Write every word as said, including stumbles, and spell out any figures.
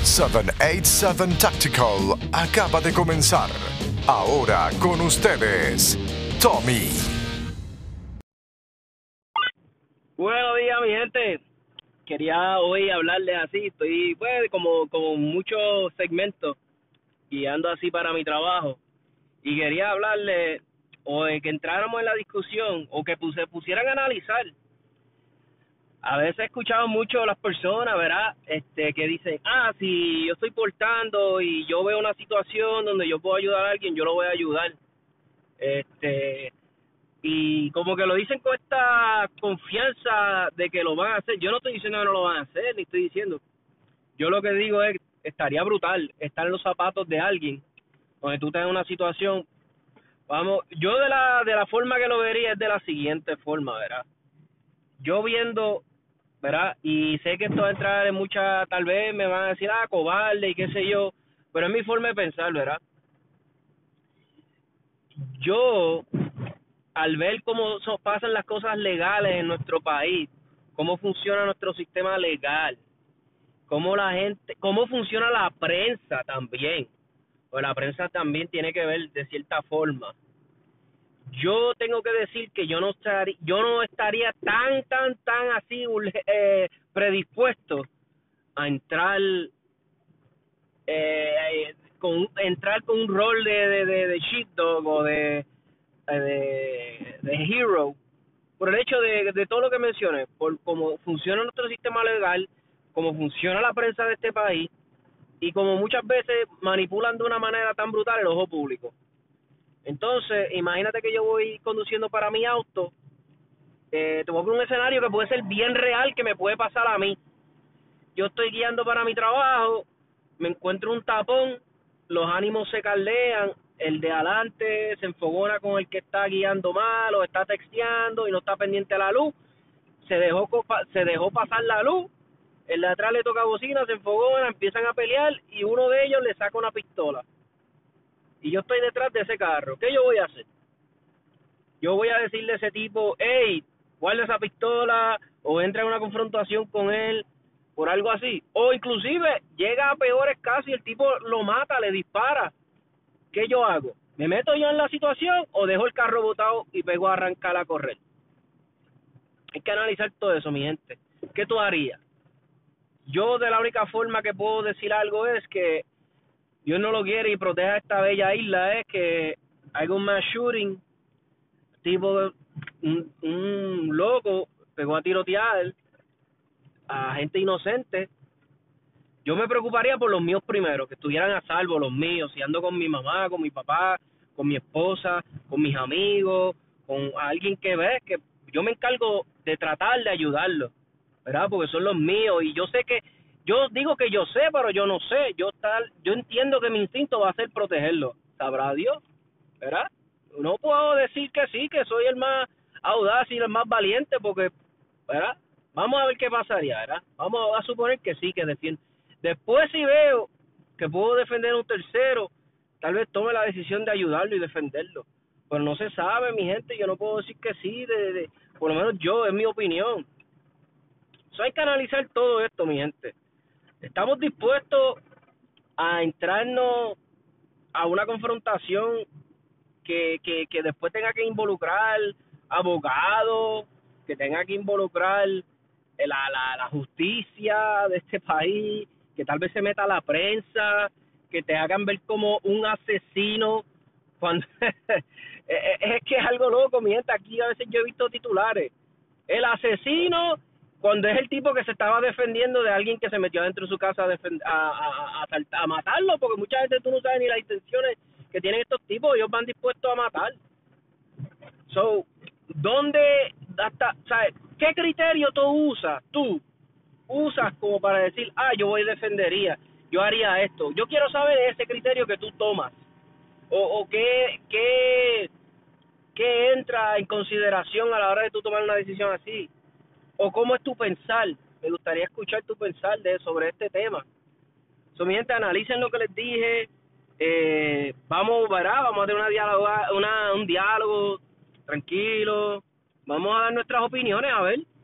siete ochenta y siete Tactical acaba de comenzar. Ahora con ustedes, Tommy. Buenos días, mi gente. Quería hoy hablarles así. Estoy, pues, como, como muchos segmentos guiando así para mi trabajo. Y quería hablarles, o de que entráramos en la discusión, o que se pusieran a analizar. A veces he escuchado mucho a las personas, ¿verdad? Este, que dicen, ah, si yo estoy portando y yo veo una situación donde yo puedo ayudar a alguien, yo lo voy a ayudar. Este, y como que lo dicen con esta confianza de que lo van a hacer. Yo no estoy diciendo que no lo van a hacer, ni estoy diciendo. Yo lo que digo es, estaría brutal estar en los zapatos de alguien, donde tú tengas una situación. Vamos, yo de la de la forma que lo vería es de la siguiente forma, ¿verdad? Yo viendo, ¿verdad? Y sé que esto va a entrar en mucha, tal vez me van a decir, ah, cobarde y qué sé yo, pero es mi forma de pensar, ¿verdad? Yo, al ver cómo so, pasan las cosas legales en nuestro país, cómo funciona nuestro sistema legal, cómo la gente, cómo funciona la prensa también, pues la prensa también tiene que ver de cierta forma. Yo tengo que decir que yo no estaría, yo no estaría tan, tan, tan así eh, predispuesto a entrar, eh, con entrar con un rol de de, de, de sheepdog o de, de de hero, por el hecho de, de todo lo que mencioné, por cómo funciona nuestro sistema legal, cómo funciona la prensa de este país y como muchas veces manipulan de una manera tan brutal el ojo público. Entonces, imagínate que yo voy conduciendo para mi auto, eh, te voy a poner un escenario que puede ser bien real, que me puede pasar a mí. Yo estoy guiando para mi trabajo, me encuentro un tapón, los ánimos se caldean, el de adelante se enfogona con el que está guiando mal o está texteando y no está pendiente a la luz, se dejó se dejó pasar la luz, el de atrás le toca bocina, se enfogona, empiezan a pelear y uno de ellos le saca una pistola. Y yo estoy detrás de ese carro. ¿Qué yo voy a hacer? Yo voy a decirle a ese tipo, hey, guarda esa pistola, o entra en una confrontación con él, por algo así. O inclusive llega a peores casos y el tipo lo mata, le dispara. ¿Qué yo hago? ¿Me meto yo en la situación o dejo el carro botado y pego a arrancar a correr? Hay que analizar todo eso, mi gente. ¿Qué tú harías? Yo de la única forma que puedo decir algo es que Dios no lo quiere y proteja esta bella isla, es que haya un mass shooting, tipo un, un loco pegó a tirotear a gente inocente. Yo me preocuparía por los míos primero, que estuvieran a salvo los míos, si ando con mi mamá, con mi papá, con mi esposa, con mis amigos, con alguien que ve, que yo me encargo de tratar de ayudarlos, ¿verdad? Porque son los míos y yo sé que, yo digo que yo sé, pero yo no sé, yo tal, yo entiendo que mi instinto va a ser protegerlo, sabrá Dios, ¿verdad? No puedo decir que sí, que soy el más audaz y el más valiente, porque, ¿verdad? Vamos a ver qué pasaría, ¿verdad? Vamos a suponer que sí, que defiendo. Después si veo que puedo defender a un tercero, tal vez tome la decisión de ayudarlo y defenderlo. Pero no se sabe, mi gente, yo no puedo decir que sí, de, de, por lo menos yo, es mi opinión. So, hay que analizar todo esto, mi gente. Estamos dispuestos a entrarnos a una confrontación que, que, que después tenga que involucrar abogados, que tenga que involucrar la, la, la justicia de este país, que tal vez se meta la prensa, que te hagan ver como un asesino, cuando es que es algo loco, mi gente. Aquí a veces yo he visto titulares, el asesino, cuando es el tipo que se estaba defendiendo de alguien que se metió dentro de su casa a, defend- a, a, a, a matarlo, porque muchas veces tú no sabes ni las intenciones que tienen estos tipos, ellos van dispuestos a matar. So, ¿dónde hasta, sabes, qué criterio tú usas, tú usas como para decir, ah, yo voy defendería, yo haría esto? Yo quiero saber ese criterio que tú tomas, o, o qué, qué, qué entra en consideración a la hora de tú tomar una decisión así, o cómo es tu pensar. Me gustaría escuchar tu pensar de sobre este tema. So, mi gente, analicen lo que les dije. Eh, vamos, ¿verdad? Vamos a tener una diálogo, una, un diálogo tranquilo. Vamos a dar nuestras opiniones, a ver.